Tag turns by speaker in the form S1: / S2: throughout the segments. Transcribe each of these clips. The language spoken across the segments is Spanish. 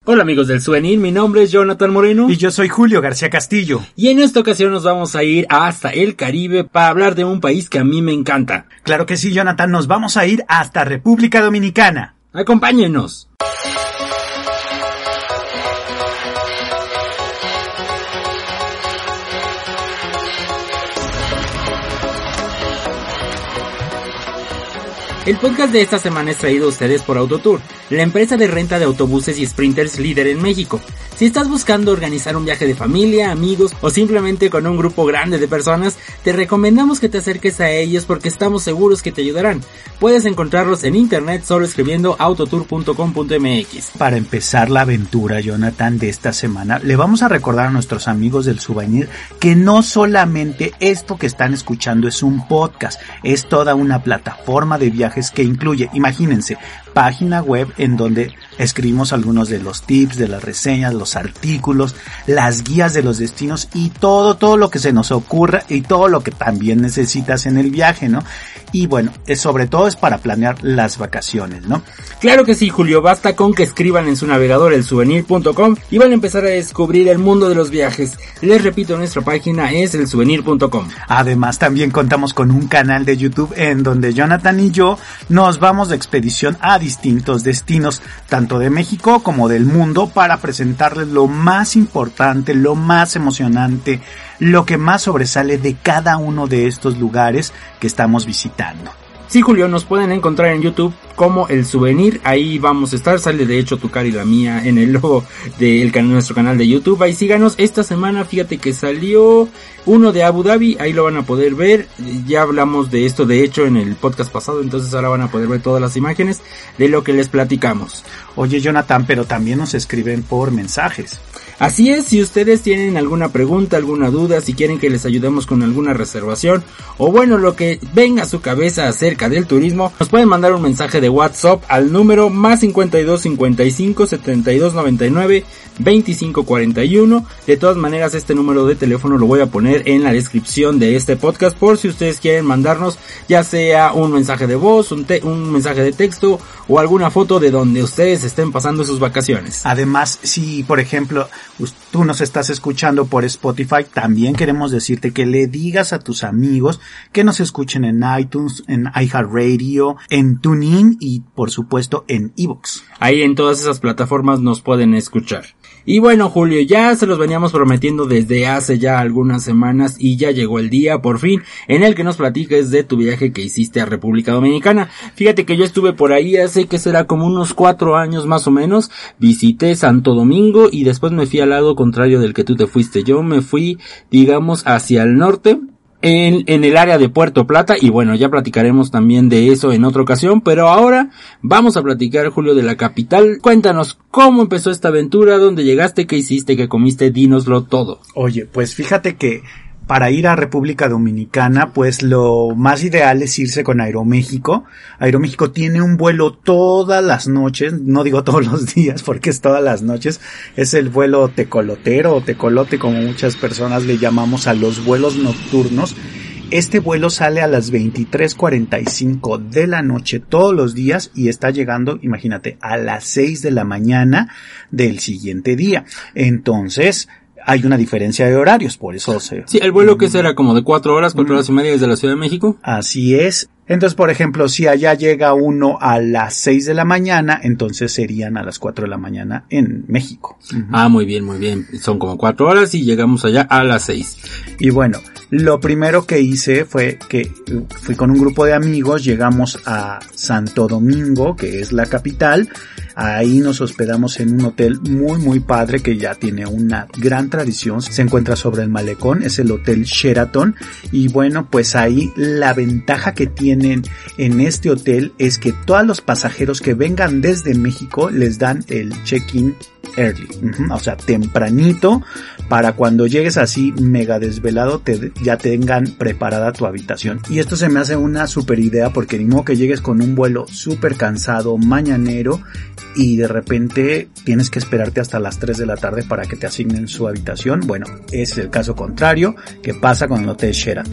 S1: Hola amigos del Souvenir, mi nombre es Jonathan Moreno.
S2: Y yo soy Julio García Castillo.
S1: Y en esta ocasión nos vamos a ir hasta el Caribe para hablar de un país que a mí me encanta.
S2: Claro que sí, Jonathan, nos vamos a ir hasta República Dominicana.
S1: ¡Acompáñenos! El podcast de esta semana es traído a ustedes por Autotour, la empresa de renta de autobuses y sprinters líder en México. Si estás buscando organizar un viaje de familia, amigos o simplemente con un grupo grande de personas, te recomendamos que te acerques a ellos porque estamos seguros que te ayudarán. Puedes encontrarlos en internet solo escribiendo autotour.com.mx.
S2: Para empezar la aventura, Jonathan, de esta semana, le vamos a recordar a nuestros amigos del Souvenir que no solamente esto que están escuchando es un podcast, es toda una plataforma de viajes que incluye, imagínense, página web en donde escribimos algunos de los tips, de las reseñas, los artículos, las guías de los destinos y todo lo que se nos ocurra y todo lo que también necesitas en el viaje, ¿no? Y bueno, sobre todo es para planear las vacaciones, ¿no?
S1: Claro que sí, Julio, basta con que escriban en su navegador elsouvenir.com y van a empezar a descubrir el mundo de los viajes. Les repito, nuestra página es elsouvenir.com.
S2: Además, también contamos con un canal de YouTube en donde Jonathan y yo nos vamos de expedición a distintos destinos, tanto de México como del mundo, para presentarles lo más importante, lo más emocionante, lo que más sobresale de cada uno de estos lugares que estamos visitando.
S1: Sí, Julio, nos pueden encontrar en YouTube como El Souvenir, ahí vamos a estar, sale de hecho tu cara y la mía en el logo de nuestro canal de YouTube, ahí síganos. Esta semana fíjate que salió uno de Abu Dhabi, ahí lo van a poder ver, ya hablamos de esto de hecho en el podcast pasado, entonces ahora van a poder ver todas las imágenes de lo que les platicamos.
S2: Oye, Jonathan, pero también nos escriben por mensajes.
S1: Así es, si ustedes tienen alguna pregunta, alguna duda, si quieren que les ayudemos con alguna reservación o bueno, lo que venga a su cabeza acerca del turismo, nos pueden mandar un mensaje de WhatsApp al número más 52 55 72 99 25 41. De todas maneras, este número de teléfono lo voy a poner en la descripción de este podcast por si ustedes quieren mandarnos ya sea un mensaje de voz, un mensaje de texto o alguna foto de donde ustedes estén pasando sus vacaciones.
S2: Además, si por ejemplo tú nos estás escuchando por Spotify, también queremos decirte que le digas a tus amigos que nos escuchen en iTunes, en iHeartRadio, en TuneIn y por supuesto en iVoox.
S1: Ahí en todas esas plataformas nos pueden escuchar. Y bueno, Julio, ya se los veníamos prometiendo desde hace ya algunas semanas y ya llegó el día, por fin, en el que nos platiques de tu viaje que hiciste a República Dominicana. Fíjate que yo estuve por ahí hace que será como unos 4 años más o menos, visité Santo Domingo y después me fui al lado contrario del que tú te fuiste. Yo me fui, digamos, hacia el norte, en el área de Puerto Plata, y bueno, ya platicaremos también de eso en otra ocasión, pero ahora vamos a platicar, Julio, de la capital. Cuéntanos cómo empezó esta aventura, dónde llegaste, qué hiciste, qué comiste, dínoslo todo.
S2: Oye, pues fíjate que para ir a República Dominicana, pues lo más ideal es irse con Aeroméxico. Aeroméxico tiene un vuelo todas las noches, no digo todos los días porque es todas las noches, es el vuelo tecolotero o tecolote como muchas personas le llamamos a los vuelos nocturnos. Este vuelo sale a las 23:45 de la noche todos los días y está llegando, imagínate, a las 6 de la mañana del siguiente día. Entonces, hay una diferencia de horarios, por eso
S1: Sí, el vuelo que será como de 4 horas y media desde la Ciudad de México.
S2: Así es. Entonces, por ejemplo, si allá llega uno a las 6 de la mañana, entonces serían a las 4 de la mañana en México.
S1: Ah, muy bien, muy bien. Son como 4 horas y llegamos allá a las 6.
S2: Y bueno, lo primero que hice fue que fui con un grupo de amigos, llegamos a Santo Domingo, que es la capital. Ahí nos hospedamos en un hotel muy padre que ya tiene una gran tradición. Se encuentra sobre el malecón, es el Hotel Sheraton. Y bueno, pues ahí la ventaja que tienen en este hotel es que todos los pasajeros que vengan desde México les dan el check-in early, o sea, tempranito, para cuando llegues así mega desvelado ya tengan preparada tu habitación. Y esto se me hace una super idea porque ni modo que llegues con un vuelo súper cansado, mañanero, y de repente tienes que esperarte hasta las 3 de la tarde para que te asignen su habitación. Bueno, es el caso contrario que pasa con el Hotel Sheraton.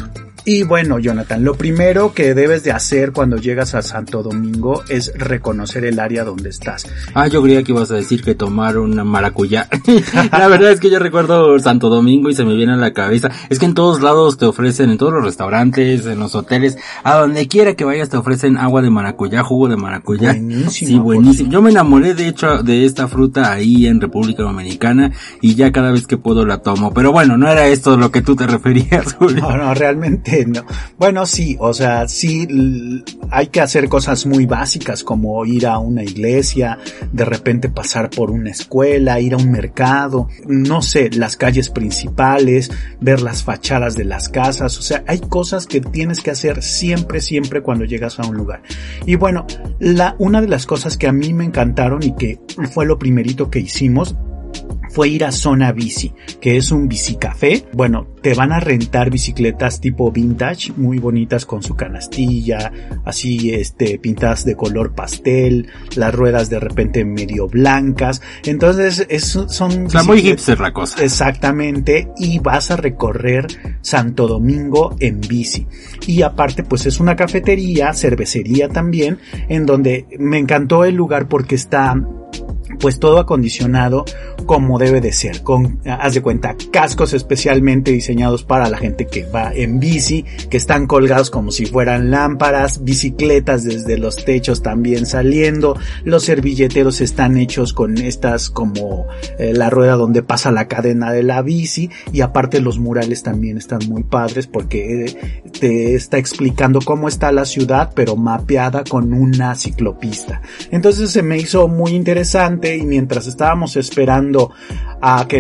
S2: Y bueno, Jonathan, lo primero que debes de hacer cuando llegas a Santo Domingo es reconocer el área donde estás.
S1: Yo creía que ibas a decir que tomar una maracuyá. La verdad es que yo recuerdo Santo Domingo y se me viene a la cabeza. Es que en todos lados te ofrecen, en todos los restaurantes, en los hoteles, a donde quiera que vayas te ofrecen agua de maracuyá, jugo de maracuyá.
S2: Buenísimo.
S1: Sí, buenísimo. Yo me enamoré de hecho de esta fruta ahí en República Dominicana y ya cada vez que puedo la tomo. Pero bueno, no era esto a lo que tú te referías, Julio.
S2: No, realmente no. Bueno, sí, o sea, sí hay que hacer cosas muy básicas como ir a una iglesia, de repente pasar por una escuela, ir a un mercado, no sé, las calles principales, ver las fachadas de las casas, o sea, hay cosas que tienes que hacer siempre cuando llegas a un lugar. Y bueno, una de las cosas que a mí me encantaron y que fue lo primerito que hicimos fue ir a Zona Bici, que es un bicicafé. Bueno, te van a rentar bicicletas tipo vintage, muy bonitas con su canastilla, así pintadas de color pastel, las ruedas de repente medio blancas. Entonces son
S1: o sea, muy hipster la cosa.
S2: Exactamente, y vas a recorrer Santo Domingo en bici. Y aparte pues es una cafetería, cervecería también, en donde me encantó el lugar porque está pues todo acondicionado como debe de ser, con, haz de cuenta, cascos especialmente diseñados para la gente que va en bici, que están colgados como si fueran lámparas, bicicletas desde los techos también saliendo, los servilleteros están hechos con estas como la rueda donde pasa la cadena de la bici, y aparte los murales también están muy padres porque te está explicando cómo está la ciudad pero mapeada con una ciclopista. Entonces se me hizo muy interesante, y mientras estábamos esperando a que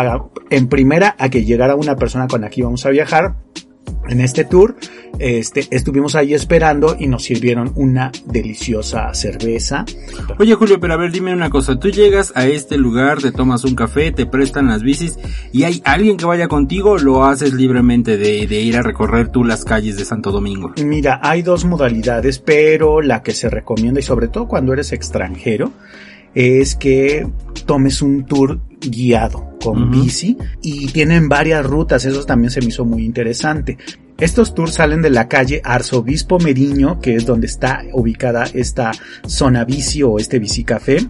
S2: en primera a que llegara una persona con la que íbamos a viajar en este tour, estuvimos ahí esperando y nos sirvieron una deliciosa cerveza.
S1: Oye, Julio, pero a ver, dime una cosa. Tú llegas a este lugar, te tomas un café, te prestan las bicis y hay alguien que vaya contigo, o lo haces libremente de ir a recorrer tú las calles de Santo Domingo.
S2: Mira, hay dos modalidades, pero la que se recomienda, y sobre todo cuando eres extranjero, es que tomes un tour guiado con bici, y tienen varias rutas. Eso también se me hizo muy interesante. Estos tours salen de la calle Arzobispo Meriño, que es donde está ubicada esta Zona Bici o este bicicafé.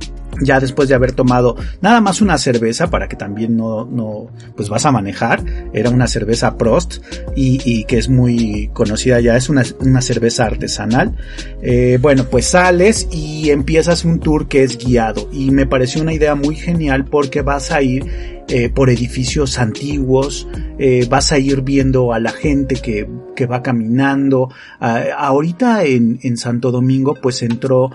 S2: Ya después de haber tomado nada más una cerveza, para que también no pues vas a manejar, era una cerveza Prost y que es muy conocida ya, es una cerveza artesanal. Bueno, pues sales y empiezas un tour que es guiado, y me pareció una idea muy genial porque vas a ir por edificios antiguos, vas a ir viendo a la gente que va caminando. Ahorita en Santo Domingo pues entró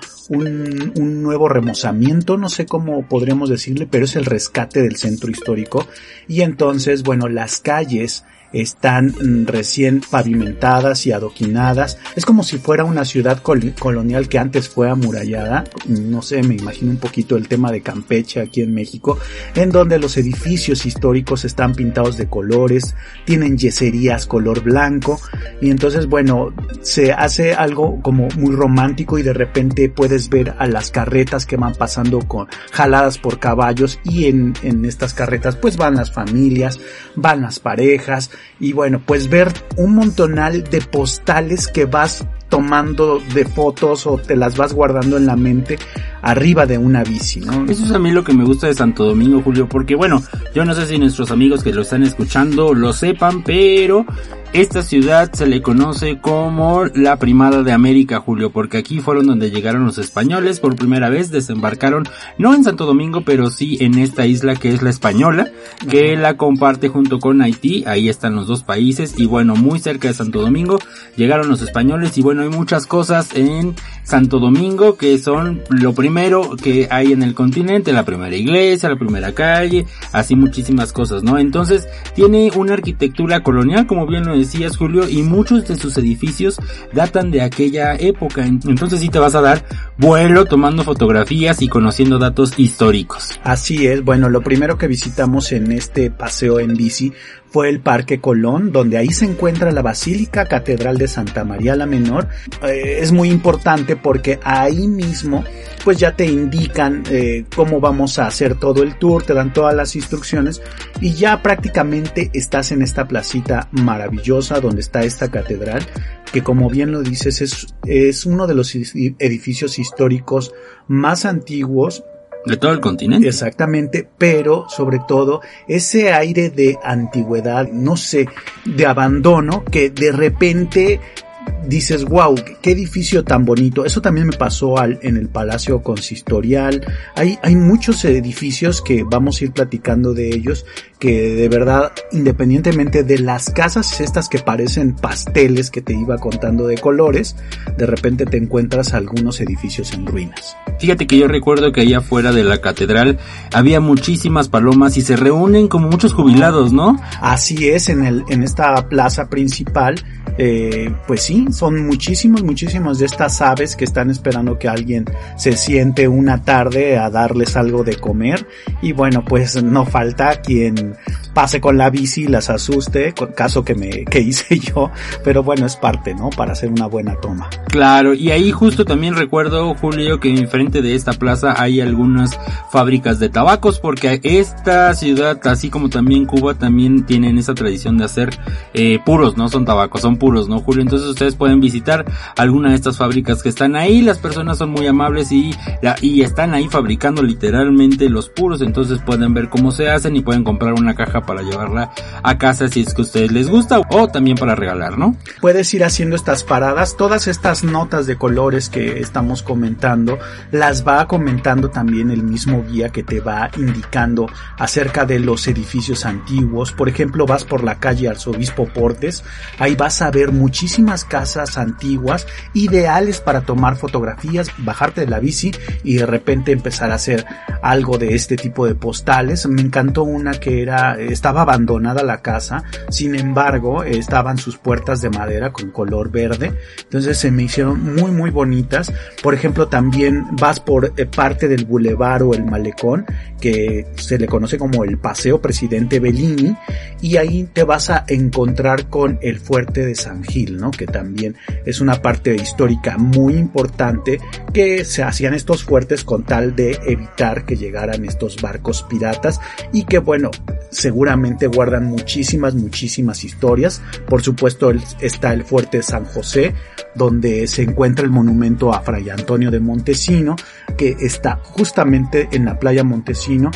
S2: un nuevo remozamiento, no sé cómo podríamos decirle, pero es el rescate del centro histórico, y entonces bueno, las calles están recién pavimentadas y adoquinadas. Es como si fuera una ciudad colonial que antes fue amurallada. No sé, me imagino un poquito el tema de Campeche aquí en México, en donde los edificios históricos están pintados de colores, tienen yeserías color blanco, y entonces bueno, se hace algo como muy romántico, y de repente puedes ver a las carretas que van pasando jaladas por caballos, y en estas carretas pues van las familias, van las parejas, y bueno, pues ver un montonal de postales que vas tomando de fotos o te las vas guardando en la mente arriba de una bici, ¿no?
S1: Eso es a mí lo que me gusta de Santo Domingo, Julio, porque bueno, yo no sé si nuestros amigos que lo están escuchando lo sepan, pero esta ciudad se le conoce como la Primada de América, Julio, porque aquí fueron donde llegaron los españoles por primera vez, desembarcaron no en Santo Domingo, pero sí en esta isla que es la Española, que la comparte junto con Haití. Ahí están los dos países, y bueno, muy cerca de Santo Domingo llegaron los españoles, y bueno, hay muchas cosas en Santo Domingo que son lo primero que hay en el continente, la primera iglesia, la primera calle, así muchísimas cosas, ¿no? Entonces tiene una arquitectura colonial, como bien lo decías, Julio, y muchos de sus edificios datan de aquella época. Entonces sí te vas a dar vuelo tomando fotografías y conociendo datos históricos.
S2: Así es. Bueno, lo primero que visitamos en este paseo en bici fue el Parque Colón, donde ahí se encuentra la Basílica Catedral de Santa María la Menor. Es muy importante porque ahí mismo pues ya te indican cómo vamos a hacer todo el tour, te dan todas las instrucciones, y ya prácticamente estás en esta placita maravillosa maravillosa donde está esta catedral, que como bien lo dices es uno de los edificios históricos más antiguos
S1: de todo el continente.
S2: Exactamente, pero sobre todo ese aire de antigüedad, no sé, de abandono, que de repente dices, wow, qué edificio tan bonito. Eso también me pasó en el Palacio Consistorial. Hay muchos edificios que vamos a ir platicando de ellos, que de verdad, independientemente de las casas estas que parecen pasteles que te iba contando de colores, de repente te encuentras algunos edificios en ruinas.
S1: Fíjate que yo recuerdo que allá afuera de la catedral había muchísimas palomas y se reúnen como muchos jubilados, ¿no?
S2: Así es, en esta plaza principal, pues sí, son muchísimos de estas aves que están esperando que alguien se siente una tarde a darles algo de comer, y bueno, pues no falta quien pase con la bici y las asuste, caso que hice yo, pero bueno, es parte, ¿no? Para hacer una buena toma.
S1: Claro, y ahí justo también recuerdo, Julio, que enfrente de esta plaza hay algunas fábricas de tabacos, porque esta ciudad, así como también Cuba, también tienen esa tradición de hacer puros, no son tabacos, son puros, ¿no, Julio? Entonces ustedes pueden visitar alguna de estas fábricas que están ahí, las personas son muy amables y están ahí fabricando literalmente los puros, entonces pueden ver cómo se hacen y pueden comprar una caja para llevarla a casa si es que a ustedes les gusta, o también para regalar, ¿no?
S2: Puedes ir haciendo estas paradas, todas estas notas de colores que estamos comentando, las va comentando también el mismo guía que te va indicando acerca de los edificios antiguos. Por ejemplo, vas por la calle Arzobispo Portes, ahí vas a ver muchísimas casas antiguas, ideales para tomar fotografías, bajarte de la bici y de repente empezar a hacer algo de este tipo de postales. Me encantó una que estaba abandonada la casa, sin embargo, estaban sus puertas de madera con color verde, entonces se me hicieron muy bonitas. Por ejemplo, también vas por parte del bulevar o el malecón, que se le conoce como el Paseo Presidente Bellini, y ahí te vas a encontrar con el Fuerte de San Gil, ¿no? Que también es una parte histórica muy importante, que se hacían estos fuertes con tal de evitar que llegaran estos barcos piratas, y que bueno, seguramente guardan muchísimas historias. Por supuesto está el Fuerte de San José, donde se encuentra el monumento a Fray Antonio de Montesino, que está justamente en la playa Montesino,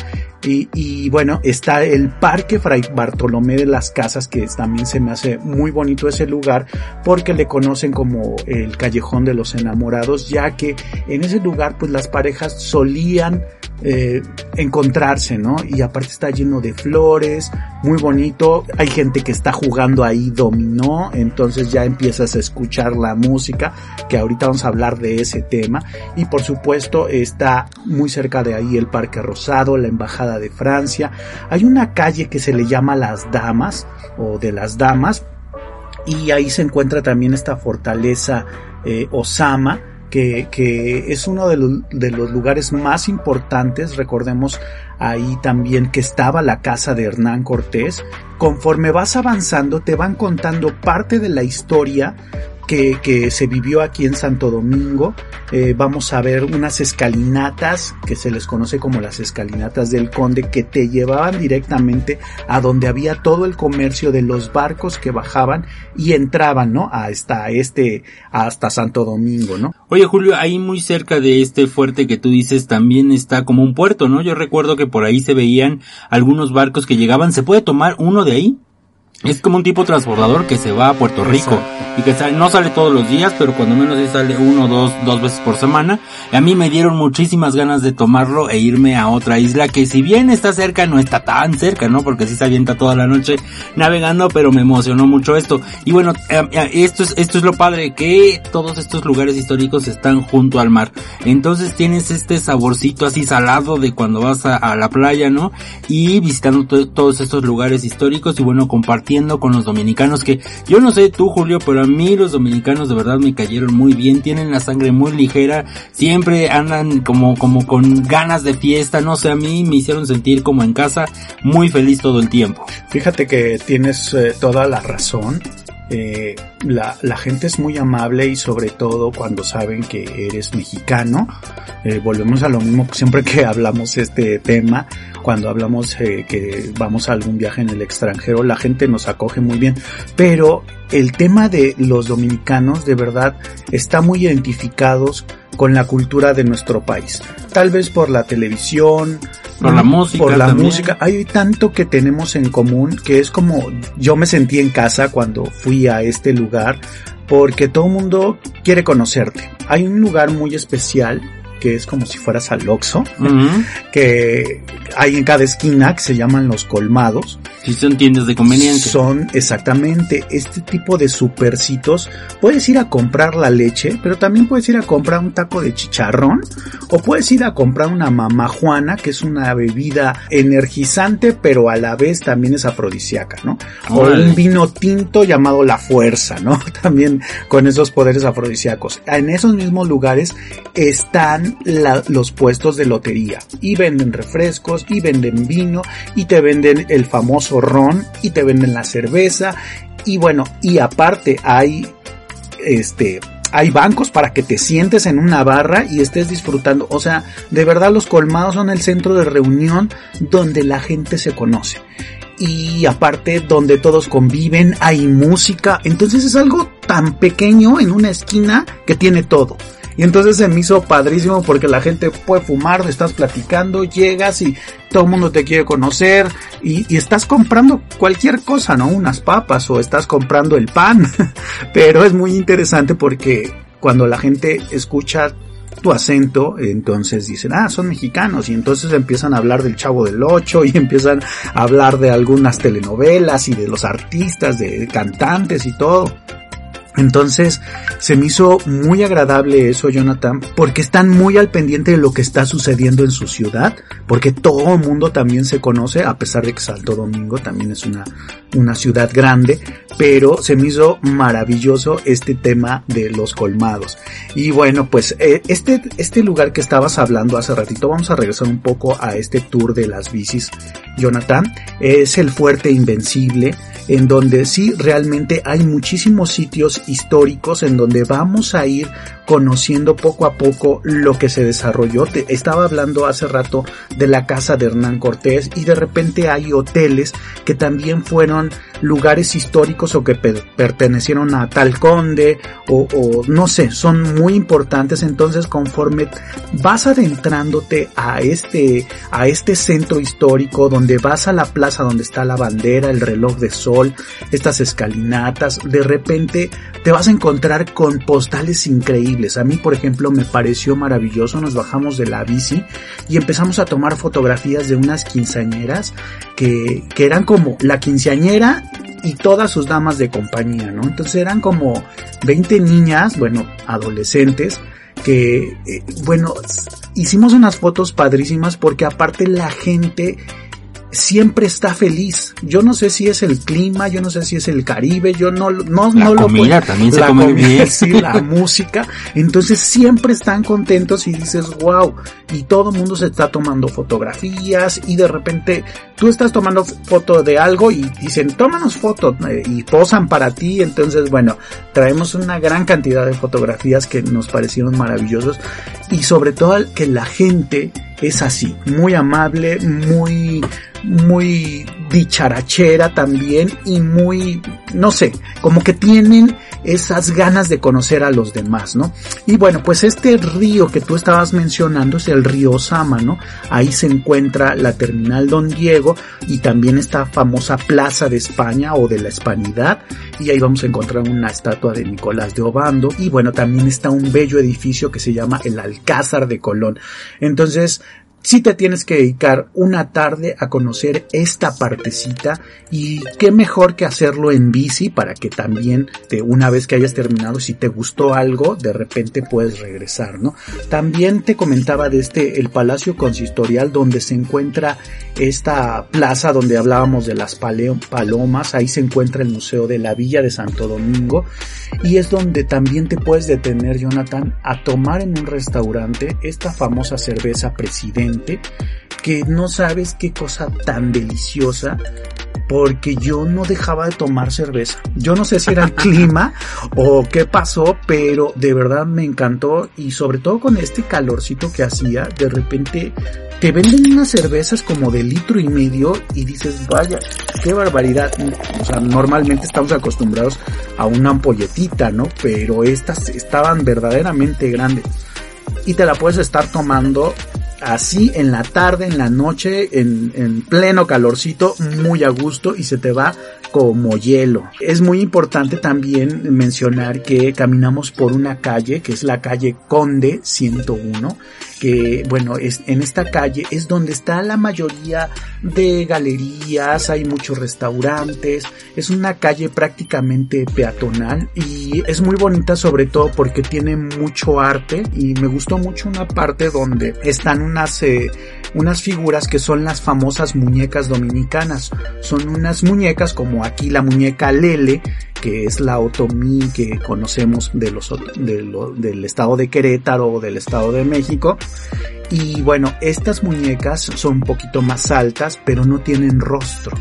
S2: y bueno, está el Parque Fray Bartolomé de las Casas, que también se me hace muy bonito ese lugar, porque le conocen como el Callejón de los Enamorados, ya que en ese lugar pues las parejas solían encontrarse, ¿no? Y aparte está lleno de flores, muy bonito. Hay gente que está jugando ahí dominó, entonces ya empiezas a escuchar la música, que ahorita vamos a hablar de ese tema. Y por supuesto está muy cerca de ahí el Parque Rosado, la Embajada de Francia. Hay una calle que se le llama Las Damas, o de las Damas, y ahí se encuentra también esta fortaleza Osama, que es uno de los lugares más importantes. Recordemos ahí también que estaba la casa de Hernán Cortés. Conforme vas avanzando te van contando parte de la historia que se vivió aquí en Santo Domingo. Vamos a ver unas escalinatas que se les conoce como las escalinatas del Conde, que te llevaban directamente a donde había todo el comercio de los barcos que bajaban y entraban, ¿no? Hasta Santo Domingo, ¿no?
S1: Oye, Julio, ahí muy cerca de este fuerte que tú dices también está como un puerto, ¿no? Yo recuerdo que por ahí se veían algunos barcos que llegaban. ¿Se puede tomar uno de ahí? Es como un tipo transbordador que se va a Puerto Rico. Exacto. Y que no sale todos los días, pero cuando menos sí sale dos veces por semana. Y a mí me dieron muchísimas ganas de tomarlo e irme a otra isla que, si bien está cerca, no está tan cerca, ¿no? Porque sí se avienta toda la noche navegando, pero me emocionó mucho esto. Y bueno, esto es lo padre, que todos estos lugares históricos están junto al mar. Entonces tienes este saborcito así salado de cuando vas a la playa, ¿no? Y visitando todos estos lugares históricos, y bueno, compartiendo con los dominicanos, que yo no sé tú, Julio, pero a mí los dominicanos de verdad me cayeron muy bien. Tienen la sangre muy ligera, siempre andan como con ganas de fiesta, no sé, a mí me hicieron sentir como en casa, muy feliz todo el tiempo.
S2: Fíjate que tienes toda la razón. La gente es muy amable, y sobre todo cuando saben que eres mexicano. Volvemos a lo mismo siempre que hablamos este tema. cuando hablamos que vamos a algún viaje en el extranjero, la gente nos acoge muy bien, pero el tema de los dominicanos de verdad está muy identificados con la cultura de nuestro país, tal vez por la televisión,
S1: por la
S2: música, hay tanto que tenemos en común que es como yo me sentí en casa cuando fui a este lugar, porque todo el mundo quiere conocerte. Hay un lugar muy especial que es como si fueras al Oxxo, que hay en cada esquina, que se llaman los colmados.
S1: Sí, son tiendas de conveniencia.
S2: Son exactamente este tipo de supercitos. Puedes ir a comprar la leche, pero también puedes ir a comprar un taco de chicharrón, o puedes ir a comprar una mamajuana, que es una bebida energizante, pero a la vez también es afrodisíaca, ¿no? O un vino tinto llamado La Fuerza, ¿no? También con esos poderes afrodisíacos. En esos mismos lugares están los puestos de lotería, y venden refrescos, y venden vino, y te venden el famoso ron, y te venden la cerveza, y bueno, y aparte hay bancos para que te sientes en una barra y estés disfrutando. O sea, de verdad los colmados son el centro de reunión donde la gente se conoce. Y aparte donde todos conviven, hay música. Entonces es algo tan pequeño en una esquina que tiene todo. Y entonces se me hizo padrísimo porque la gente puede fumar, estás platicando, llegas y todo el mundo te quiere conocer y estás comprando cualquier cosa, ¿no? Unas papas o estás comprando el pan. Pero es muy interesante porque cuando la gente escucha tu acento, entonces dicen, son mexicanos, y entonces empiezan a hablar del Chavo del Ocho y empiezan a hablar de algunas telenovelas y de los artistas, de cantantes y todo. Entonces se me hizo muy agradable eso, Jonathan, porque están muy al pendiente de lo que está sucediendo en su ciudad, porque todo el mundo también se conoce, a pesar de que Santo Domingo también es una ciudad grande, pero se me hizo maravilloso este tema de los colmados. Y bueno, pues este lugar que estabas hablando hace ratito, vamos a regresar un poco a este tour de las bicis, Jonathan, es el Fuerte Invencible, en donde sí realmente hay muchísimos sitios históricos en donde vamos a ir conociendo poco a poco lo que se desarrolló. Te estaba hablando hace rato de la casa de Hernán Cortés, y de repente hay hoteles que también fueron lugares históricos o que pertenecieron a tal conde o no sé, son muy importantes. Entonces conforme vas adentrándote a este centro histórico, donde vas a la plaza donde está la bandera, el reloj de sol, estas escalinatas, de repente te vas a encontrar con postales increíbles. A mí, por ejemplo, me pareció maravilloso. Nos bajamos de la bici y empezamos a tomar fotografías de unas quinceañeras que eran como la quinceañera y todas sus damas de compañía, ¿no? Entonces eran como 20 niñas, bueno, adolescentes, que, hicimos unas fotos padrísimas porque aparte la gente siempre está feliz. Yo no sé si es el clima, yo no sé si es el Caribe, yo no lo
S1: comida también se come bien.
S2: Sí, la música. Entonces siempre están contentos y dices, wow, y todo el mundo se está tomando fotografías, y de repente tú estás tomando foto de algo y dicen, tómanos fotos, y posan para ti. Entonces, bueno, traemos una gran cantidad de fotografías que nos parecieron maravillosos, y sobre todo que la gente es así, muy amable, muy dicharachera también, y muy, no sé, como que tienen esas ganas de conocer a los demás, ¿no? Y bueno, pues este río que tú estabas mencionando es el río Sama, ¿no? Ahí se encuentra la terminal Don Diego y también esta famosa Plaza de España o de la Hispanidad, y ahí vamos a encontrar una estatua de Nicolás de Obando, y bueno, también está un bello edificio que se llama el Alcázar de Colón. Entonces, sí te tienes que dedicar una tarde a conocer esta partecita, y qué mejor que hacerlo en bici para que también una vez que hayas terminado, si te gustó algo, de repente puedes regresar, ¿no? También te comentaba de el Palacio Consistorial, donde se encuentra esta plaza donde hablábamos de las palomas. Ahí se encuentra el Museo de la Villa de Santo Domingo, y es donde también te puedes detener, Jonathan, a tomar en un restaurante esta famosa cerveza Presidente, que no sabes qué cosa tan deliciosa, porque yo no dejaba de tomar cerveza. Yo no sé si era el clima o qué pasó, pero de verdad me encantó, y sobre todo con este calorcito que hacía, de repente te venden unas cervezas como de 1.5 litros y dices, vaya, qué barbaridad. O sea, normalmente estamos acostumbrados a una ampolletita, ¿no? Pero estas estaban verdaderamente grandes. Y te la puedes estar tomando así en la tarde, en la noche, en pleno calorcito, muy a gusto y se te va como hielo. Es muy importante también mencionar que caminamos por una calle, que es la calle Conde 101, que bueno, en esta calle es donde está la mayoría de galerías, hay muchos restaurantes, es una calle prácticamente peatonal y es muy bonita sobre todo porque tiene mucho arte y me gustó mucho una parte donde están unas figuras que son las famosas muñecas dominicanas. Son unas muñecas como aquí la muñeca Lele, que es la otomí que conocemos del estado de Querétaro o del estado de México. Y bueno, estas muñecas son un poquito más altas, pero no tienen rostro.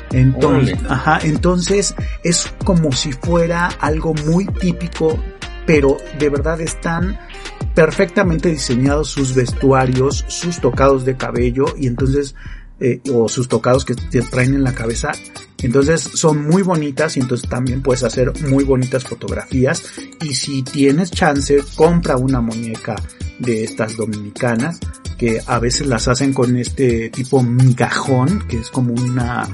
S2: Entonces es como si fuera algo muy típico, pero de verdad están perfectamente diseñados sus vestuarios, sus tocados de cabello y entonces o sus tocados que te traen en la cabeza. Entonces son muy bonitas y entonces también puedes hacer muy bonitas fotografías. Y si tienes chance, compra una muñeca de estas dominicanas, que a veces las hacen con este tipo migajón, que es como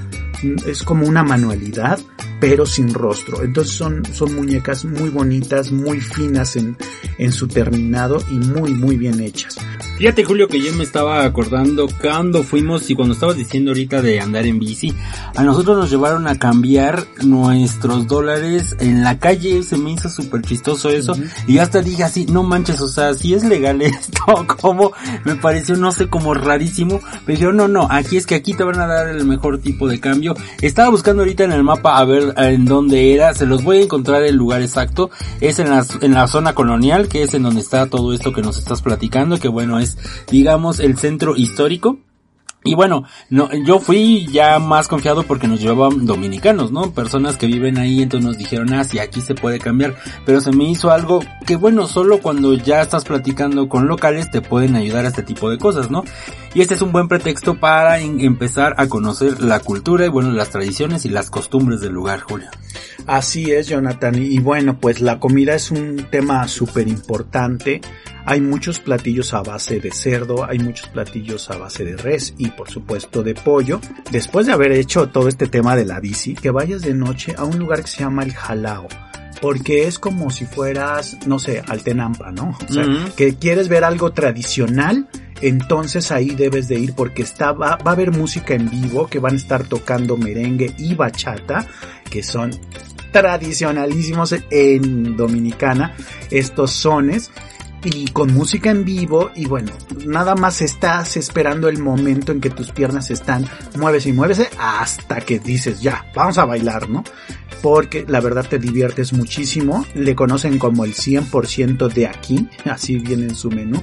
S2: una manualidad, pero sin rostro. Entonces son muñecas muy bonitas, muy finas en su terminado y muy muy bien hechas.
S1: Fíjate, Julio, que yo me estaba acordando cuando fuimos y cuando estabas diciendo ahorita de andar en bici, a nosotros nos llevaron a cambiar nuestros dólares en la calle. Se me hizo súper chistoso eso. Uh-huh. Y hasta dije así, no manches, o sea, si es legal esto, como me pareció, no sé, como rarísimo. Pero dijeron, no, aquí es que aquí te van a dar el mejor tipo de cambio. Estaba buscando ahorita en el mapa a ver en dónde era, se los voy a encontrar el lugar exacto. Es en la zona colonial, que es en donde está todo esto que nos estás platicando, que bueno, es, digamos, el centro histórico. Y bueno, no, yo fui ya más confiado porque nos llevaban dominicanos, ¿no? Personas que viven ahí, entonces nos dijeron, sí, aquí se puede cambiar. Pero se me hizo algo que bueno, solo cuando ya estás platicando con locales te pueden ayudar a este tipo de cosas, ¿no? Y este es un buen pretexto para empezar a conocer la cultura y bueno, las tradiciones y las costumbres del lugar, Julio.
S2: Así es, Jonathan. Y bueno, pues la comida es un tema súper importante. Hay muchos platillos a base de cerdo, hay muchos platillos a base de res y por supuesto de pollo. Después de haber hecho todo este tema de la bici, que vayas de noche a un lugar que se llama El Jalao. Porque es como si fueras, no sé, al Tenampa, ¿no? O sea, que quieres ver algo tradicional, entonces ahí debes de ir porque va a haber música en vivo, que van a estar tocando merengue y bachata, que son tradicionalísimos en Dominicana, estos sones. Y con música en vivo y bueno, nada más estás esperando el momento en que tus piernas están muévese y muévese hasta que dices ya, vamos a bailar, ¿no? Porque la verdad te diviertes muchísimo, le conocen como el 100% de aquí, así viene en su menú,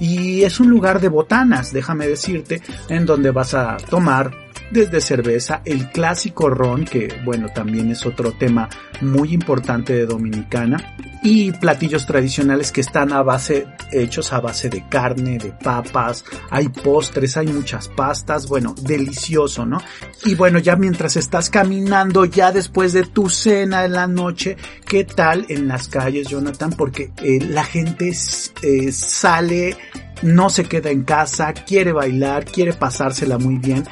S2: y es un lugar de botanas, déjame decirte, en donde vas a tomar desde cerveza, el clásico ron, que bueno, también es otro tema muy importante de Dominicana, y platillos tradicionales que están hechos a base de carne, de papas, hay postres, hay muchas pastas, bueno, delicioso, ¿no? Y bueno, ya mientras estás caminando, ya después de tu cena en la noche, ¿qué tal en las calles, Jonathan? Porque la gente sale, no se queda en casa, quiere bailar, quiere pasársela muy bien.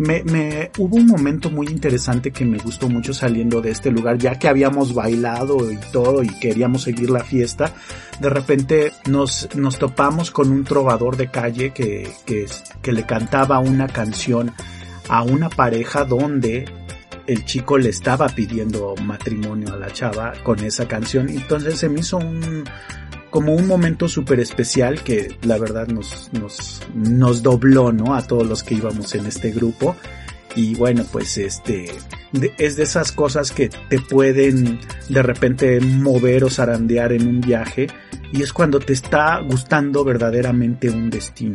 S2: Hubo un momento muy interesante que me gustó mucho saliendo de este lugar, ya que habíamos bailado y todo y queríamos seguir la fiesta. De repente nos topamos con un trovador de calle que le cantaba una canción a una pareja donde el chico le estaba pidiendo matrimonio a la chava con esa canción. Entonces se me hizo como un momento súper especial que la verdad nos dobló, ¿no? A todos los que íbamos en este grupo. Y bueno, pues es de esas cosas que te pueden de repente mover o zarandear en un viaje. Y es cuando te está gustando verdaderamente un destino.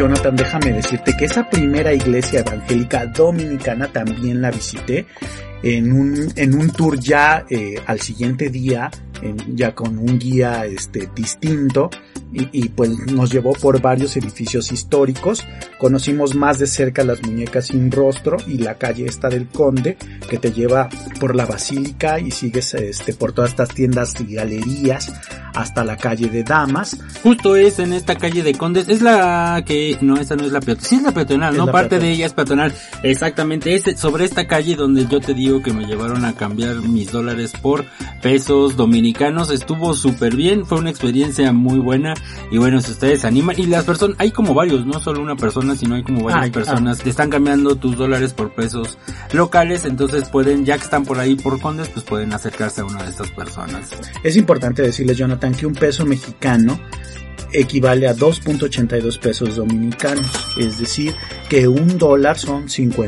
S2: Jonathan, déjame decirte que esa primera iglesia evangélica dominicana también la visité en un tour ya al siguiente día, ya con un guía distinto, y pues nos llevó por varios edificios históricos. Conocimos más de cerca las muñecas sin rostro y la calle esta del Conde, que te lleva por la basílica y sigues por todas estas tiendas y galerías hasta la calle de Damas.
S1: Justo es en esta calle de Condes, es la que, no, esa no es la peatonal, sí es la peatonal, ¿no? Parte de ella es peatonal, exactamente, es sobre esta calle donde yo te digo que me llevaron a cambiar mis dólares por pesos dominicanos. Estuvo súper bien, fue una experiencia muy buena, y bueno, si ustedes se animan, y las personas, hay como varios, no solo una persona, sino hay como varias personas que están cambiando tus dólares por pesos locales, entonces pueden, ya que están por ahí por Condes, pues pueden acercarse a una de estas personas.
S2: Es importante decirles, Jonathan, que un peso mexicano equivale a 2.82 pesos dominicanos, es decir, que $1 son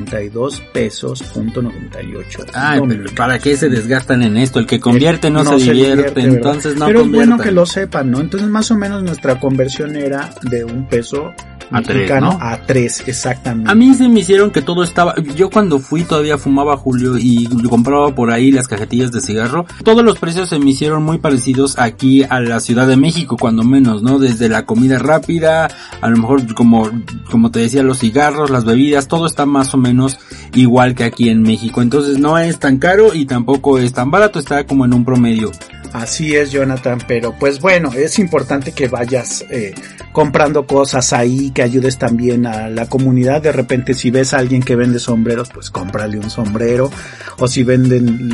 S2: 52 pesos .98.
S1: Ay, pero ¿para qué se desgastan en esto? El que convierte no se divierte, entonces no
S2: pero
S1: conviertan.
S2: Es bueno que lo sepan, ¿no? Entonces más o menos nuestra conversión era de un peso mexicano a 3, exactamente.
S1: A mí se me hicieron que todo estaba, yo cuando fui todavía fumaba, Julio, y compraba por ahí las cajetillas de cigarro. Todos los precios se me hicieron muy parecidos aquí a la Ciudad de México, cuando menos, ¿no? Desde la comida rápida, a lo mejor como te decía, los cigarros, las bebidas, todo está más o menos igual que aquí en México. Entonces no es tan caro y tampoco es tan barato, está como en un promedio.
S2: Así es, Jonathan, pero pues bueno, es importante que vayas comprando cosas ahí, que ayudes también a la comunidad. De repente, si ves a alguien que vende sombreros, pues cómprale un sombrero, o si venden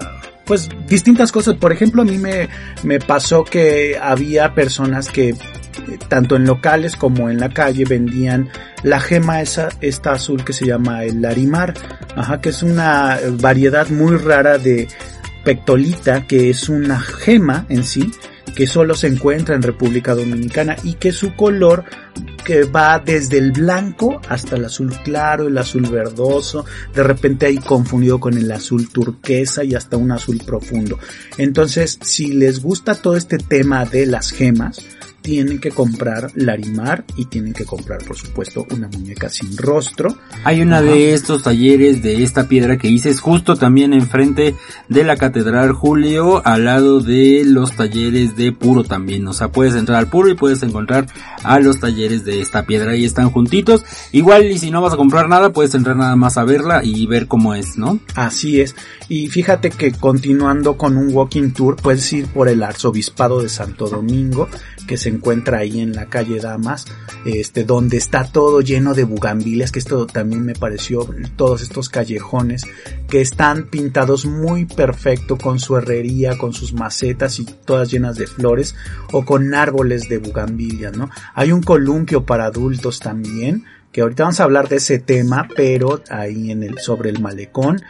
S2: pues distintas cosas. Por ejemplo, a mí me pasó que había personas que tanto en locales como en la calle vendían la gema esta azul que se llama el larimar, que es una variedad muy rara de pectolita, que es una gema en sí, que solo se encuentra en República Dominicana, y que su color que va desde el blanco hasta el azul claro, el azul verdoso, de repente hay confundido con el azul turquesa y hasta un azul profundo. Entonces, si les gusta todo este tema de las gemas, tienen que comprar larimar y tienen que comprar, por supuesto, una muñeca sin rostro.
S1: Hay una de estos talleres de esta piedra que dices justo también enfrente de la catedral, Julio, al lado de los talleres de puro también. O sea, puedes entrar al puro y puedes encontrar a los talleres de esta piedra, y están juntitos. Igual, y si no vas a comprar nada, puedes entrar nada más a verla y ver cómo es, ¿no?
S2: Así es. Y fíjate que continuando con un walking tour, puedes ir por el Arzobispado de Santo Domingo, que se encuentra ahí en la calle Damas, donde está todo lleno de bugambilias, que esto también me pareció, todos estos callejones que están pintados muy perfecto, con su herrería, con sus macetas y todas llenas de flores, o con árboles de bugambilia, ¿no? Hay un columpio para adultos también, que ahorita vamos a hablar de ese tema, pero ahí sobre el malecón.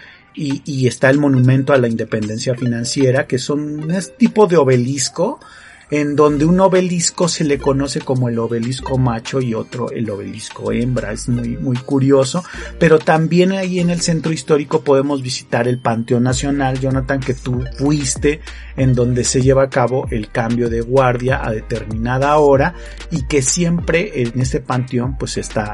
S2: Y está el monumento a la independencia financiera, que son un tipo de obelisco, en donde un obelisco se le conoce como el obelisco macho y otro el obelisco hembra. Es muy, muy curioso. Pero también ahí en el centro histórico podemos visitar el Panteón Nacional, Jonathan, que tú fuiste, en donde se lleva a cabo el cambio de guardia a determinada hora, y que siempre en este panteón pues está,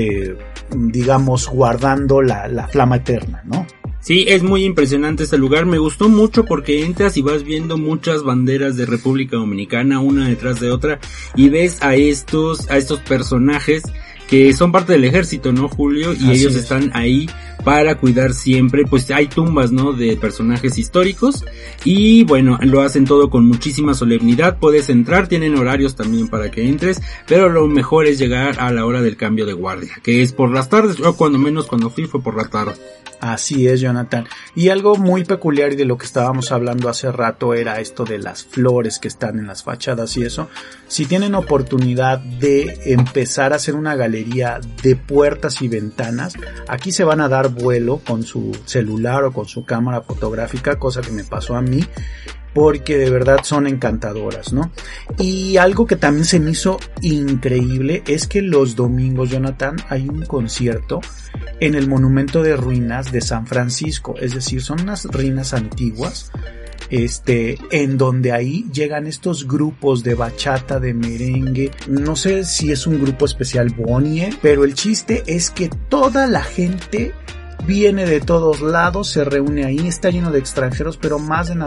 S2: digamos, guardando la flama eterna, ¿no?
S1: Sí, es muy impresionante este lugar, me gustó mucho porque entras y vas viendo muchas banderas de República Dominicana, una detrás de otra, y ves a estos personajes que son parte del ejército, ¿no, Julio? Y ellos están ahí para cuidar siempre, pues hay tumbas, ¿no?, de personajes históricos, y bueno, lo hacen todo con muchísima solemnidad. Puedes entrar, tienen horarios también para que entres, pero lo mejor es llegar a la hora del cambio de guardia, que es por las tardes, o cuando menos cuando fui fue por la tarde.
S2: Así es, Jonathan. Y algo muy peculiar, y de lo que estábamos hablando hace rato, era esto de las flores que están en las fachadas y eso. Si tienen oportunidad de empezar a hacer una galería de puertas y ventanas, aquí se van a dar vuelo con su celular o con su cámara fotográfica, cosa que me pasó a mí, porque de verdad son encantadoras, ¿no? Y algo que también se me hizo increíble es que los domingos, Jonathan, hay un concierto en el Monumento de Ruinas de San Francisco, es decir, son unas ruinas antiguas en donde ahí llegan estos grupos de bachata, de merengue, no sé si es un grupo especial Bonnie, pero el chiste es que toda la gente viene de todos lados, se reúne ahí, está lleno de extranjeros, pero más de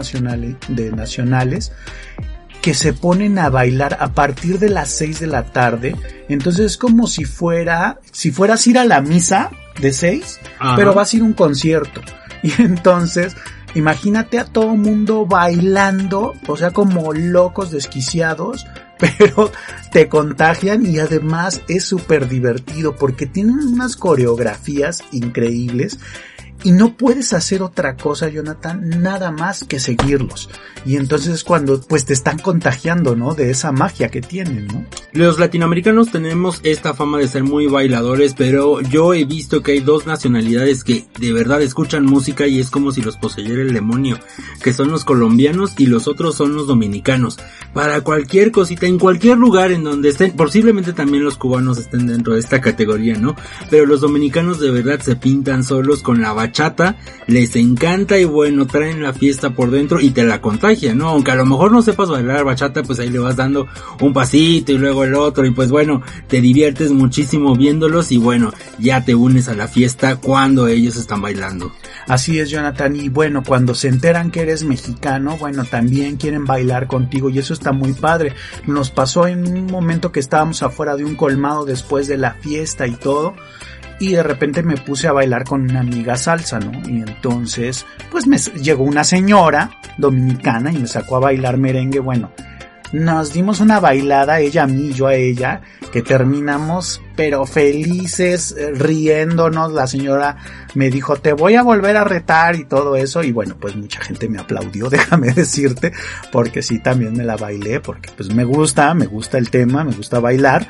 S2: nacionales, que se ponen a bailar a partir de las 6 de la tarde. Entonces es como si fueras a ir a la misa de 6, ajá, pero vas a ir a un concierto. Y entonces, imagínate a todo mundo bailando, o sea, como locos desquiciados, pero te contagian y además es súper divertido porque tienen unas coreografías increíbles y no puedes hacer otra cosa, Jonathan, nada más que seguirlos. Y entonces es cuando pues te están contagiando, ¿no? De esa magia que tienen, ¿no?
S1: Los latinoamericanos tenemos esta fama de ser muy bailadores, pero yo he visto que hay dos nacionalidades que de verdad escuchan música y es como si los poseyera el demonio, que son los colombianos y los otros son los dominicanos. Para cualquier cosita, en cualquier lugar en donde estén, posiblemente también los cubanos estén dentro de esta categoría, ¿no? Pero los dominicanos de verdad se pintan solos con la bachata, les encanta y bueno, traen la fiesta por dentro y te la contagian, ¿no? Aunque a lo mejor no sepas bailar bachata, pues ahí le vas dando un pasito y luego el otro y pues bueno, te diviertes muchísimo viéndolos y bueno, ya te unes a la fiesta cuando ellos están bailando.
S2: Así es, Jonathan, y bueno, cuando se enteran que eres mexicano, bueno, también quieren bailar contigo y eso está muy padre. Nos pasó en un momento que estábamos afuera de un colmado después de la fiesta y todo, y de repente me puse a bailar con una amiga salsa, ¿no? Y entonces, pues me llegó una señora dominicana y me sacó a bailar merengue. Bueno, nos dimos una bailada, ella a mí, yo a ella, que terminamos pero felices, riéndonos. La señora me dijo, te voy a volver a retar y todo eso, y bueno, pues mucha gente me aplaudió, déjame decirte, porque sí, también me la bailé, porque pues me gusta el tema, me gusta bailar,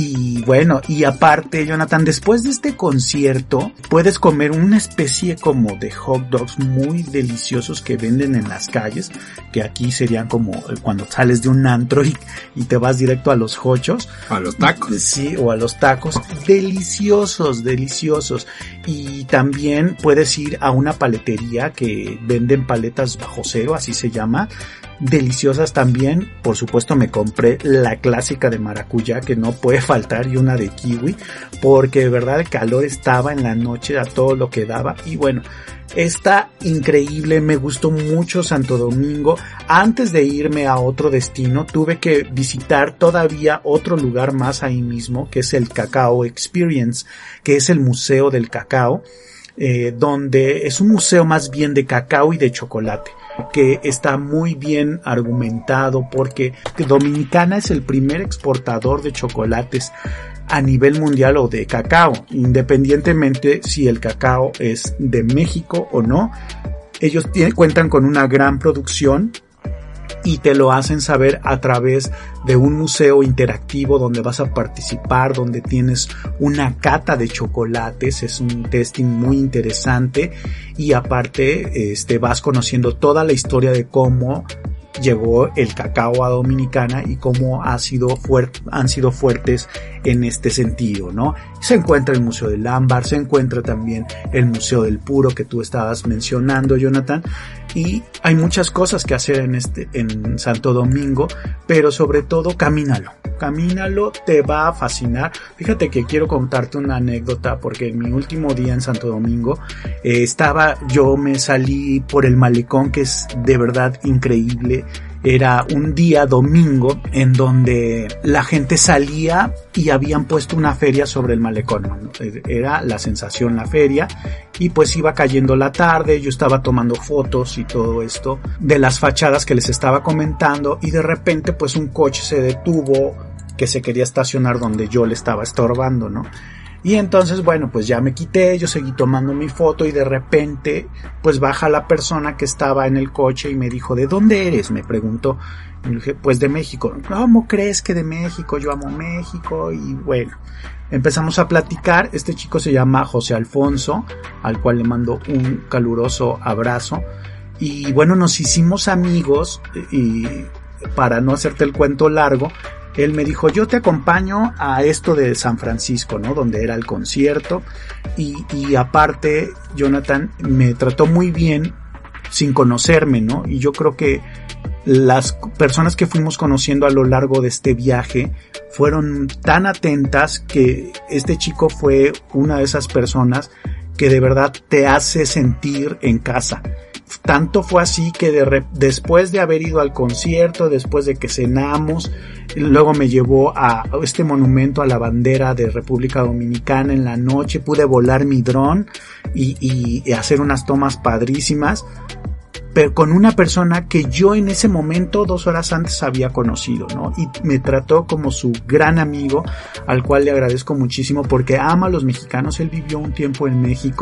S2: y bueno, y aparte, Jonathan, después de este concierto, puedes comer una especie como de hot dogs muy deliciosos que venden en las calles, que aquí serían como cuando sales de un antro y te vas directo a los hochos.
S1: A los tacos.
S2: Sí, o a los tacos. Deliciosos. Y también puedes ir a una paletería que venden paletas bajo cero, así se llama. Deliciosas también. Por supuesto me compré la clásica de maracuyá que no puede faltar y una de kiwi, porque de verdad el calor estaba en la noche a todo lo que daba. Y bueno, está increíble, me gustó mucho Santo Domingo. Antes de irme a otro destino, tuve que visitar todavía otro lugar más ahí mismo, que es el Cacao Experience, que es el Museo del Cacao, donde es un museo más bien de cacao y de chocolate, que está muy bien argumentado porque Dominicana es el primer exportador de chocolates a nivel mundial o de cacao, independientemente si el cacao es de México o no. Ellos cuentan con una gran producción y te lo hacen saber a través de un museo interactivo donde vas a participar, donde tienes una cata de chocolates. Es un testing muy interesante y aparte vas conociendo toda la historia de cómo llegó el cacao a Dominicana y cómo han sido fuertes en este sentido, ¿no? Se encuentra el Museo del Ámbar, se encuentra también el Museo del Puro que tú estabas mencionando, Jonathan, y hay muchas cosas que hacer en Santo Domingo, pero sobre todo camínalo, te va a fascinar. Fíjate que quiero contarte una anécdota, porque en mi último día en Santo Domingo me salí por el malecón, que es de verdad increíble. Era un día domingo en donde la gente salía y habían puesto una feria sobre el malecón, ¿no? Era la sensación la feria, y pues iba cayendo la tarde, yo estaba tomando fotos y todo esto de las fachadas que les estaba comentando, y de repente pues un coche se detuvo que se quería estacionar donde yo le estaba estorbando, ¿no? Y entonces, bueno, pues ya me quité, yo seguí tomando mi foto y de repente, pues baja la persona que estaba en el coche y me dijo, ¿de dónde eres?, me preguntó. Y le dije, pues de México. ¿Cómo crees que de México? Yo amo México. Y bueno, empezamos a platicar. Este chico se llama José Alfonso, al cual le mando un caluroso abrazo. Y bueno, nos hicimos amigos, y para no hacerte el cuento largo, él me dijo, yo te acompaño a esto de San Francisco, ¿no? Donde era el concierto. Y aparte, Jonathan me trató muy bien sin conocerme, ¿no? Y yo creo que las personas que fuimos conociendo a lo largo de este viaje fueron tan atentas que este chico fue una de esas personas que de verdad te hace sentir en casa. Tanto fue así que después de haber ido al concierto, después de que cenamos, luego me llevó a este monumento a la bandera de República Dominicana en la noche, pude volar mi dron y hacer unas tomas padrísimas, pero con una persona que yo en ese momento 2 horas antes había conocido, ¿no? Y me trató como su gran amigo, al cual le agradezco muchísimo porque ama a los mexicanos. Él vivió un tiempo en México,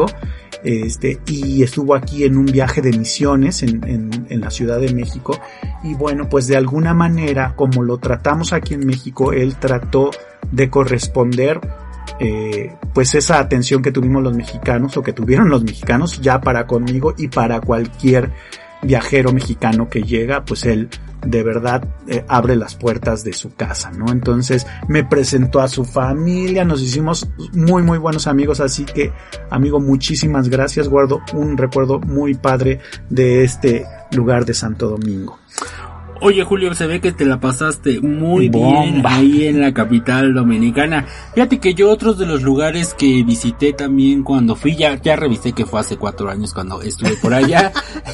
S2: y estuvo aquí en un viaje de misiones en la Ciudad de México, y bueno, pues de alguna manera, como lo tratamos aquí en México, él trató de corresponder pues esa atención que tuvimos los mexicanos, o que tuvieron los mexicanos ya para conmigo y para cualquier viajero mexicano que llega, pues él de verdad abre las puertas de su casa, ¿no? Entonces me presentó a su familia, nos hicimos muy muy buenos amigos, así que amigo, muchísimas gracias, guardo un recuerdo muy padre de este lugar de Santo Domingo.
S1: Oye, Julio, se ve que te la pasaste muy bien ahí en la capital dominicana. Fíjate que yo otros de los lugares que visité también cuando fui, ya revisé que fue hace 4 años cuando estuve por allá.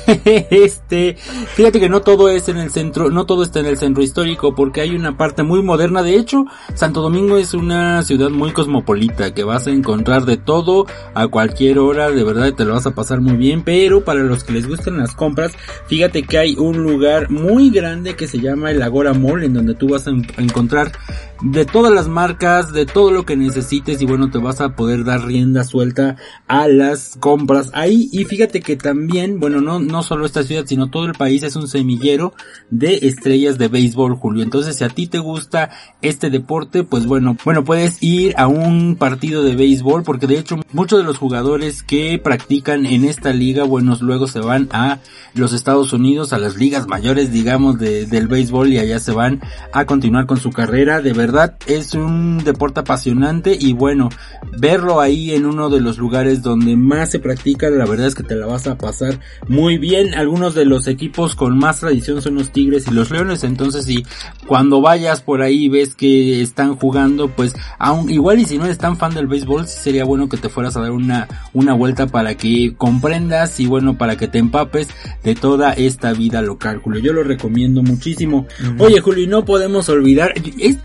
S1: Fíjate que no todo es en el centro, no todo está en el centro histórico, porque hay una parte muy moderna. De hecho, Santo Domingo es una ciudad muy cosmopolita, que vas a encontrar de todo a cualquier hora, de verdad te lo vas a pasar muy bien. Pero para los que les gustan las compras, fíjate que hay un lugar muy grande que se llama el Agora Mall, en donde tú vas a encontrar de todas las marcas, de todo lo que necesites, y bueno, te vas a poder dar rienda suelta a las compras ahí. Y fíjate que también, bueno, no solo esta ciudad, sino todo el país es un semillero de estrellas de béisbol, Julio. Entonces, si a ti te gusta este deporte, pues bueno, puedes ir a un partido de béisbol, porque de hecho muchos de los jugadores que practican en esta liga, bueno, luego se van a los Estados Unidos, a las ligas mayores, digamos, del béisbol, y allá se van a continuar con su carrera. De verdad es un deporte apasionante, y bueno, verlo ahí en uno de los lugares donde más se practica, la verdad es que te la vas a pasar muy bien. Algunos de los equipos con más tradición son los Tigres y los Leones, entonces si cuando vayas por ahí ves que están jugando, pues aún igual, y si no eres tan fan del béisbol, sí sería bueno que te fueras a dar una vuelta para que comprendas, y bueno, para que te empapes de toda esta vida local, Julio. Yo lo recomiendo muchísimo. Oye, Julio, y no podemos olvidar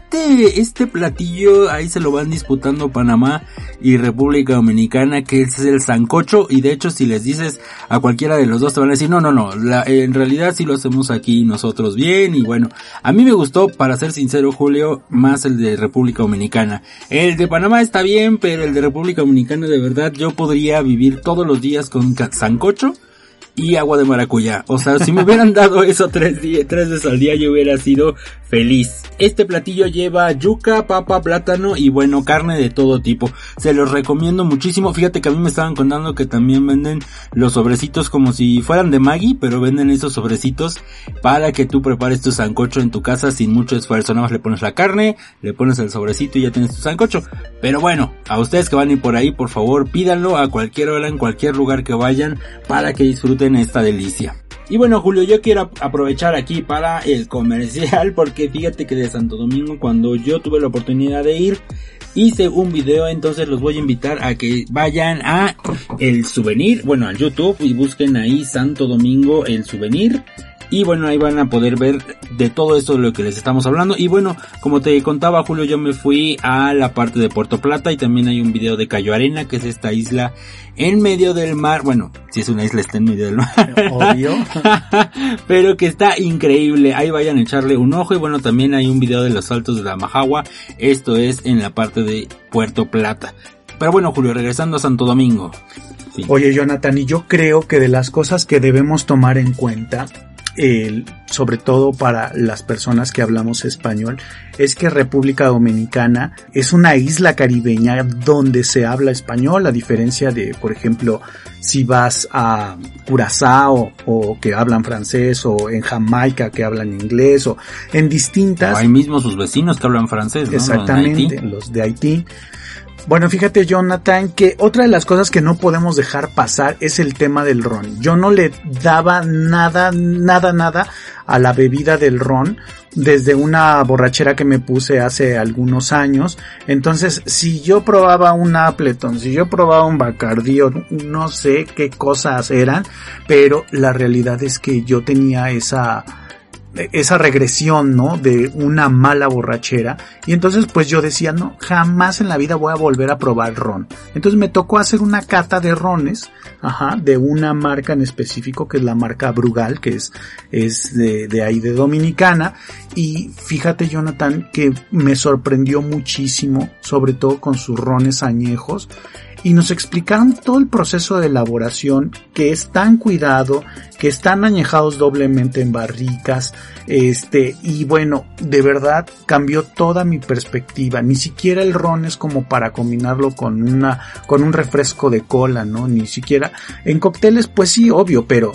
S1: este platillo, ahí se lo van disputando Panamá y República Dominicana, que es el sancocho, y de hecho si les dices a cualquiera de los dos te van a decir no, en realidad sí lo hacemos aquí nosotros bien. Y bueno, a mí me gustó, para ser sincero, Julio, más el de República Dominicana. El de Panamá está bien, pero el de República Dominicana, de verdad, yo podría vivir todos los días con sancocho y agua de maracuyá. O sea, si me hubieran dado eso 3 veces al día, yo hubiera sido feliz. Este platillo lleva yuca, papa, plátano y bueno, carne de todo tipo. Se los recomiendo muchísimo. Fíjate que a mí me estaban contando que también venden los sobrecitos como si fueran de Maggi, pero venden esos sobrecitos para que tú prepares tu sancocho en tu casa sin mucho esfuerzo. Nada más le pones la carne, le pones el sobrecito y ya tienes tu sancocho. Pero bueno, a ustedes que van a ir por ahí, por favor, pídanlo a cualquier hora, en cualquier lugar que vayan, para que disfruten esta delicia. Y bueno, Julio, yo quiero aprovechar aquí para el comercial, porque fíjate que de Santo Domingo, cuando yo tuve la oportunidad de ir, hice un video. Entonces los voy a invitar a que vayan a El Souvenir, bueno, al YouTube, y busquen ahí Santo Domingo El Souvenir. Y bueno, ahí van a poder ver de todo esto de lo que les estamos hablando. Y bueno, como te contaba, Julio, yo me fui a la parte de Puerto Plata, y también hay un video de Cayo Arena, que es esta isla en medio del mar. Bueno, si es una isla, está en medio del mar. Obvio. Pero que está increíble. Ahí vayan a echarle un ojo. Y bueno, también hay un video de los Altos de la Majagua. Esto es en la parte de Puerto Plata. Pero bueno, Julio, regresando a Santo Domingo. Sí.
S2: Oye, Jonathan, y yo creo que de las cosas que debemos tomar en cuenta, sobre todo para las personas que hablamos español, es que República Dominicana es una isla caribeña donde se habla español, a diferencia de, por ejemplo, si vas a Curazao, o que hablan francés, o en Jamaica que hablan inglés, o en distintas...
S1: O hay mismo sus vecinos que hablan francés, ¿no?
S2: Exactamente, los de Haití. Bueno, fíjate, Jonathan, que otra de las cosas que no podemos dejar pasar es el tema del ron. Yo no le daba nada a la bebida del ron desde una borrachera que me puse hace algunos años. Entonces, si yo probaba un Appleton, si yo probaba un Bacardí, no sé qué cosas eran, pero la realidad es que yo tenía esa regresión, ¿no? De una mala borrachera. Y entonces pues yo decía, no, jamás en la vida voy a volver a probar ron. Entonces me tocó hacer una cata de rones, de una marca en específico, que es la marca Brugal, que es de ahí de Dominicana. Y fíjate, Jonathan, que me sorprendió muchísimo, sobre todo con sus rones añejos. Y nos explicaron todo el proceso de elaboración, que es tan cuidado, que están añejados doblemente en barricas, y bueno, de verdad cambió toda mi perspectiva. Ni siquiera el ron es como para combinarlo con un refresco de cola, ¿no? Ni siquiera en cócteles, pues sí, obvio, pero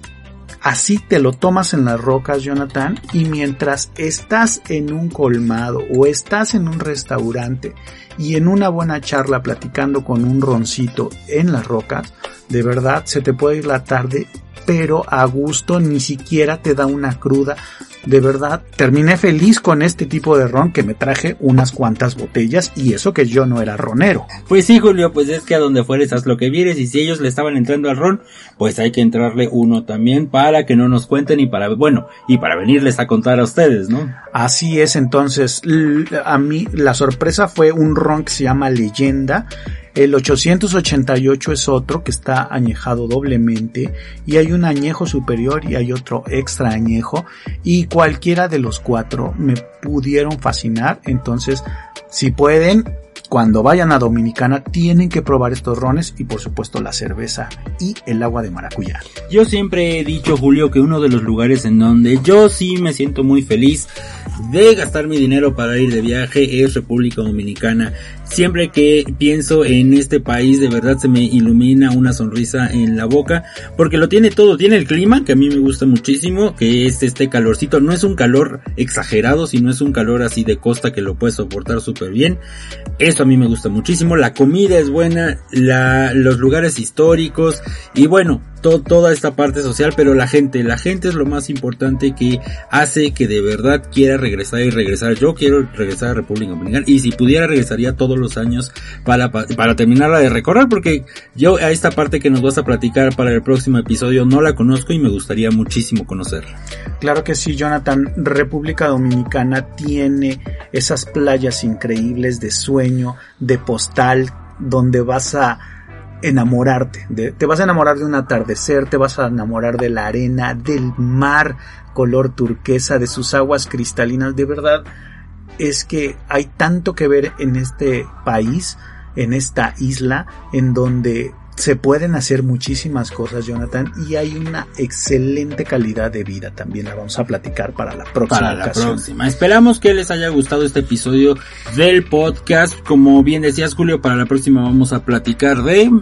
S2: así te lo tomas en las rocas, Jonathan, y mientras estás en un colmado o estás en un restaurante y en una buena charla platicando con un roncito en las rocas, de verdad se te puede ir la tarde, pero a gusto, ni siquiera te da una cruda. De verdad, terminé feliz con este tipo de ron, que me traje unas cuantas botellas, y eso que yo no era ronero.
S1: Pues sí, Julio, pues es que a donde fueres haz lo que vieres, y si ellos le estaban entrando al ron, pues hay que entrarle uno también para que no nos cuenten y para venirles a contar a ustedes, ¿no?
S2: Así es. Entonces, a mí la sorpresa fue un ron que se llama Leyenda. El 888 es otro que está añejado doblemente, y hay un añejo superior y hay otro extra añejo, y cualquiera de los cuatro me pudieron fascinar. Entonces, si pueden, cuando vayan a Dominicana tienen que probar estos rones, y por supuesto la cerveza y el agua de maracuyá.
S1: Yo siempre he dicho, Julio, que uno de los lugares en donde yo sí me siento muy feliz de gastar mi dinero para ir de viaje es República Dominicana. Siempre que pienso en este país, de verdad se me ilumina una sonrisa en la boca, porque lo tiene todo. Tiene el clima, que a mí me gusta muchísimo, que es este calorcito. No es un calor exagerado, sino es un calor así de costa que lo puedes soportar súper bien. Eso a mí me gusta muchísimo. La comida es buena, los lugares históricos, y bueno, toda esta parte social, pero la gente es lo más importante, que hace que de verdad quiera regresar y regresar. Yo quiero regresar a República Dominicana, y si pudiera regresaría todos los años para terminarla de recorrer, porque yo a esta parte que nos vas a platicar para el próximo episodio no la conozco y me gustaría muchísimo conocerla.
S2: Claro que sí, Jonathan. República Dominicana tiene esas playas increíbles de sueño, de postal, donde vas a enamorarte, te vas a enamorar de un atardecer, te vas a enamorar de la arena, del mar color turquesa, de sus aguas cristalinas. De verdad, es que hay tanto que ver en este país, en esta isla, en donde se pueden hacer muchísimas cosas, Jonathan, y hay una excelente calidad de vida. También la vamos a platicar para la próxima ocasión.
S1: Esperamos que les haya gustado este episodio del podcast. Como bien decías, Julio, para la próxima vamos a platicar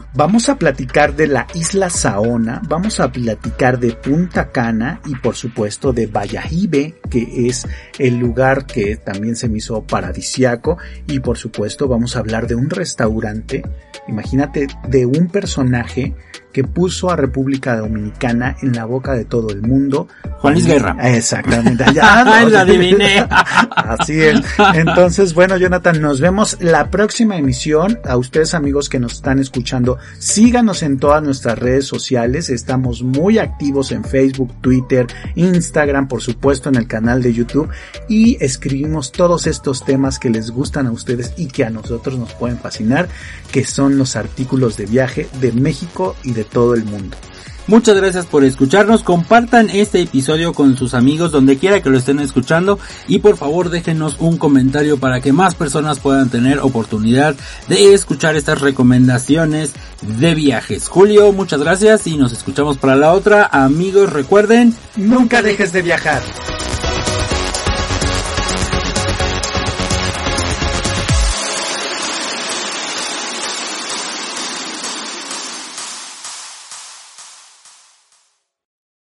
S2: de la isla Saona, vamos a platicar de Punta Cana y por supuesto de Bayahibe, que es el lugar que también se me hizo paradisiaco, y por supuesto vamos a hablar de un restaurante. Imagínate, de un personaje que puso a República Dominicana en la boca de todo el mundo.
S1: Juan Luis Guerra.
S2: Exactamente. Ya, no,
S1: la adiviné.
S2: Así es. Entonces, bueno, Jonathan, nos vemos la próxima emisión. A ustedes, amigos que nos están escuchando, síganos en todas nuestras redes sociales. Estamos muy activos en Facebook, Twitter, Instagram, por supuesto en el canal de YouTube, y escribimos todos estos temas que les gustan a ustedes y que a nosotros nos pueden fascinar, que son los artículos de viaje de México y de todo el mundo.
S1: Muchas gracias por escucharnos. Compartan este episodio con sus amigos donde quiera que lo estén escuchando, y por favor déjenos un comentario para que más personas puedan tener oportunidad de escuchar estas recomendaciones de viajes. Julio, muchas gracias y nos escuchamos para la otra. Amigos, recuerden,
S2: nunca dejes de viajar.